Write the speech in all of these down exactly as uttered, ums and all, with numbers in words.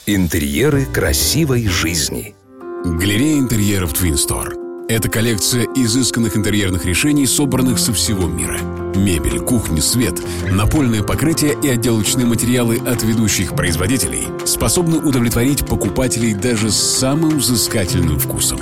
Интерьеры красивой жизни. Галерея интерьеров Twin Store – это коллекция изысканных интерьерных решений, собранных со всего мира. Мебель, кухня, свет, напольное покрытие и отделочные материалы от ведущих производителей способны удовлетворить покупателей даже с самым взыскательным вкусом.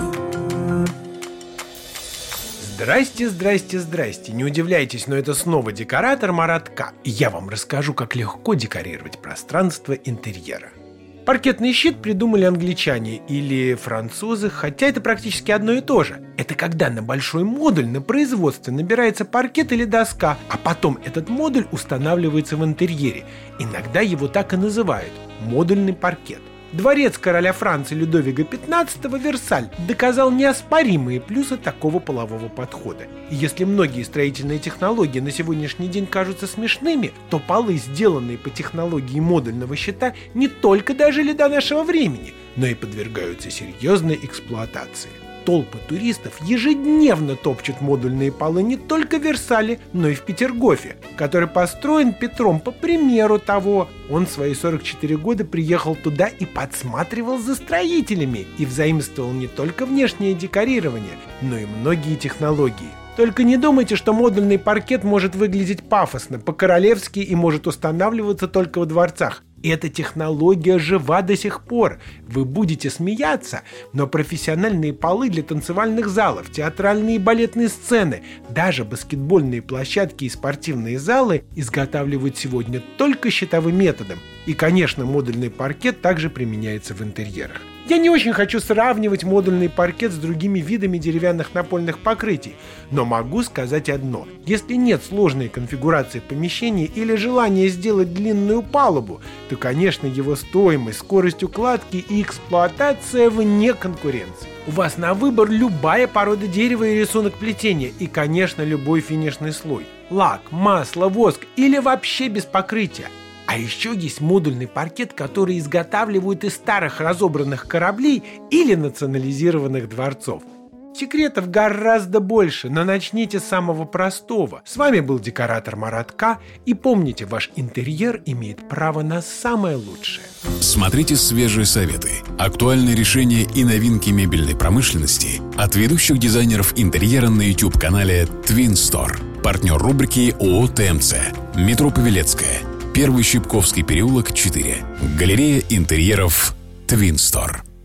Здрасте, здрасте, здрасте. Не удивляйтесь, но это снова декоратор Марат К. И я вам расскажу, как легко декорировать пространство интерьера. Паркетный щит придумали англичане или французы, хотя это практически одно и то же. Это когда на большой модуль на производстве набирается паркет или доска, а потом этот модуль устанавливается в интерьере. Иногда его так и называют – модульный паркет. Дворец короля Франции Людовика пятнадцатого Версаль доказал неоспоримые плюсы такого полового подхода. И если многие строительные технологии на сегодняшний день кажутся смешными, то полы, сделанные по технологии модульного щита, не только дожили до нашего времени, но и подвергаются серьезной эксплуатации. Толпы туристов ежедневно топчут модульные полы не только в Версале, но и в Петергофе, который построен Петром по примеру того. Он в свои сорок четыре года приехал туда и подсматривал за строителями и взаимствовал не только внешнее декорирование, но и многие технологии. Только не думайте, что модульный паркет может выглядеть пафосно, по-королевски и может устанавливаться только во дворцах. Эта технология жива до сих пор. Вы будете смеяться, но профессиональные полы для танцевальных залов, театральные и балетные сцены, даже баскетбольные площадки и спортивные залы изготавливают сегодня только щитовым методом. И, конечно, модульный паркет также применяется в интерьерах. Я не очень хочу сравнивать модульный паркет с другими видами деревянных напольных покрытий, но могу сказать одно. Если нет сложной конфигурации помещения или желания сделать длинную палубу, то, конечно, его стоимость, скорость укладки и эксплуатация вне конкуренции. У вас на выбор любая порода дерева и рисунок плетения, и, конечно, любой финишный слой. Лак, масло, воск или вообще без покрытия. А еще есть модульный паркет, который изготавливают из старых разобранных кораблей или национализированных дворцов. Секретов гораздо больше, но начните с самого простого. С вами был декоратор Марат К. И помните, ваш интерьер имеет право на самое лучшее. Смотрите свежие советы, актуальные решения и новинки мебельной промышленности от ведущих дизайнеров интерьера на YouTube-канале Twin Store. Партнер рубрики ООО ТМЦ. Метро Павелецкая. Первый Щипковский переулок, четыре. Галерея интерьеров Twin Store.